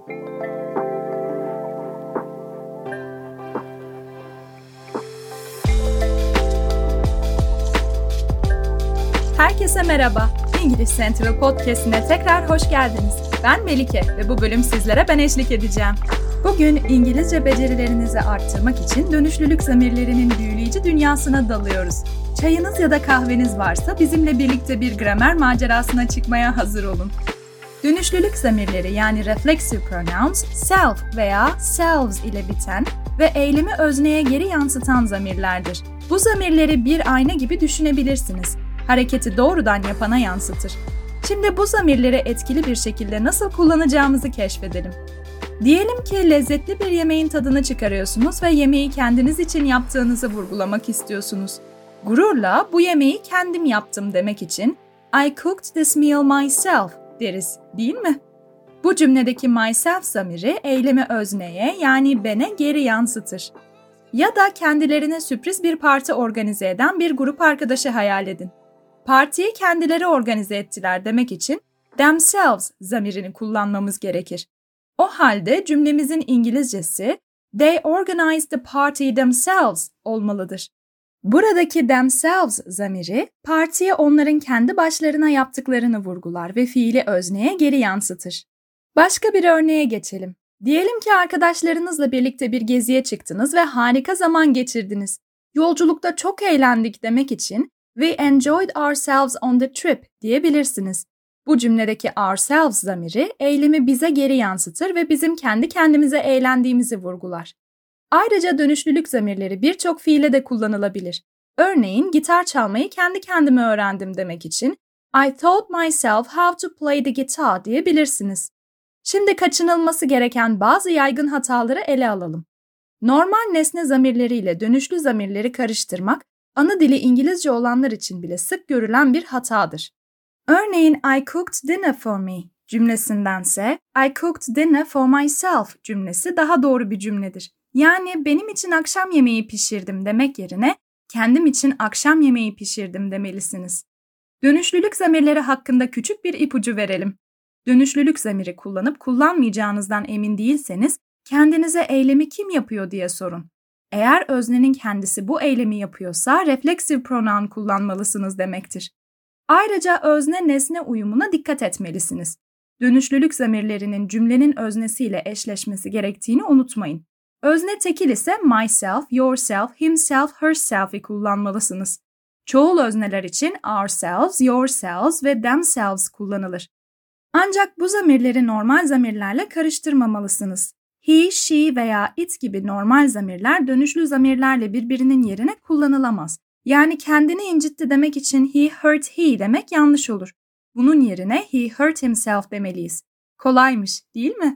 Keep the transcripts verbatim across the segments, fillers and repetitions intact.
Herkese merhaba. English Central Podcast'ine tekrar hoş geldiniz. Ben Melike ve bu bölüm sizlere ben eşlik edeceğim. Bugün İngilizce becerilerinizi arttırmak için dönüşlülük zamirlerinin büyüleyici dünyasına dalıyoruz. Çayınız ya da kahveniz varsa bizimle birlikte bir gramer macerasına çıkmaya hazır olun. Dönüşlülük zamirleri yani reflexive pronouns, self veya selves ile biten ve eylemi özneye geri yansıtan zamirlerdir. Bu zamirleri bir ayna gibi düşünebilirsiniz. Hareketi doğrudan yapana yansıtır. Şimdi bu zamirleri etkili bir şekilde nasıl kullanacağımızı keşfedelim. Diyelim ki lezzetli bir yemeğin tadını çıkarıyorsunuz ve yemeği kendiniz için yaptığınızı vurgulamak istiyorsunuz. Gururla bu yemeği kendim yaptım demek için I cooked this meal myself deriz, değil mi? Bu cümledeki myself zamiri eylemi özneye yani bene geri yansıtır. Ya da kendilerine sürpriz bir parti organize eden bir grup arkadaşı hayal edin. Partiyi kendileri organize ettiler demek için themselves zamirini kullanmamız gerekir. O halde cümlemizin İngilizcesi they organized the party themselves olmalıdır. Buradaki themselves zamiri partiyi onların kendi başlarına yaptıklarını vurgular ve fiili özneye geri yansıtır. Başka bir örneğe geçelim. Diyelim ki arkadaşlarınızla birlikte bir geziye çıktınız ve harika zaman geçirdiniz. Yolculukta çok eğlendik demek için we enjoyed ourselves on the trip diyebilirsiniz. Bu cümledeki ourselves zamiri eylemi bize geri yansıtır ve bizim kendi kendimize eğlendiğimizi vurgular. Ayrıca dönüşlülük zamirleri birçok fiile de kullanılabilir. Örneğin gitar çalmayı kendi kendime öğrendim demek için I taught myself how to play the guitar diyebilirsiniz. Şimdi kaçınılması gereken bazı yaygın hataları ele alalım. Normal nesne zamirleriyle dönüşlü zamirleri karıştırmak, ana dili İngilizce olanlar için bile sık görülen bir hatadır. Örneğin I cooked dinner for me cümlesindense I cooked dinner for myself cümlesi daha doğru bir cümledir. Yani benim için akşam yemeği pişirdim demek yerine kendim için akşam yemeği pişirdim demelisiniz. Dönüşlülük zamirleri hakkında küçük bir ipucu verelim. Dönüşlülük zamiri kullanıp kullanmayacağınızdan emin değilseniz kendinize eylemi kim yapıyor diye sorun. Eğer öznenin kendisi bu eylemi yapıyorsa reflexive pronoun kullanmalısınız demektir. Ayrıca özne-nesne uyumuna dikkat etmelisiniz. Dönüşlülük zamirlerinin cümlenin öznesiyle eşleşmesi gerektiğini unutmayın. Özne tekil ise myself, yourself, himself, herself'i kullanmalısınız. Çoğul özneler için ourselves, yourselves ve themselves kullanılır. Ancak bu zamirleri normal zamirlerle karıştırmamalısınız. He, she veya it gibi normal zamirler dönüşlü zamirlerle birbirinin yerine kullanılamaz. Yani kendini incitti demek için he hurt he demek yanlış olur. Bunun yerine he hurt himself demeliyiz. Kolaymış, değil mi?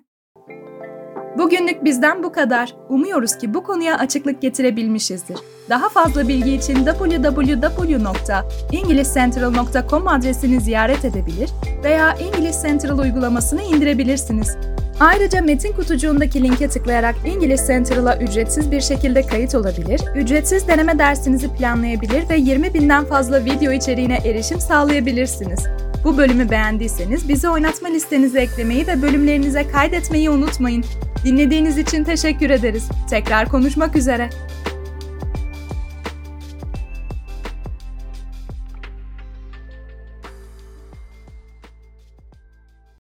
Bugünlük bizden bu kadar. Umuyoruz ki bu konuya açıklık getirebilmişizdir. Daha fazla bilgi için double-u double-u double-u nokta english central nokta com adresini ziyaret edebilir veya English Central uygulamasını indirebilirsiniz. Ayrıca metin kutucuğundaki linke tıklayarak English Central'a ücretsiz bir şekilde kayıt olabilir, ücretsiz deneme dersinizi planlayabilir ve yirmi binden fazla video içeriğine erişim sağlayabilirsiniz. Bu bölümü beğendiyseniz bizi oynatma listenize eklemeyi ve bölümlerinize kaydetmeyi unutmayın. Dinlediğiniz için teşekkür ederiz. Tekrar konuşmak üzere.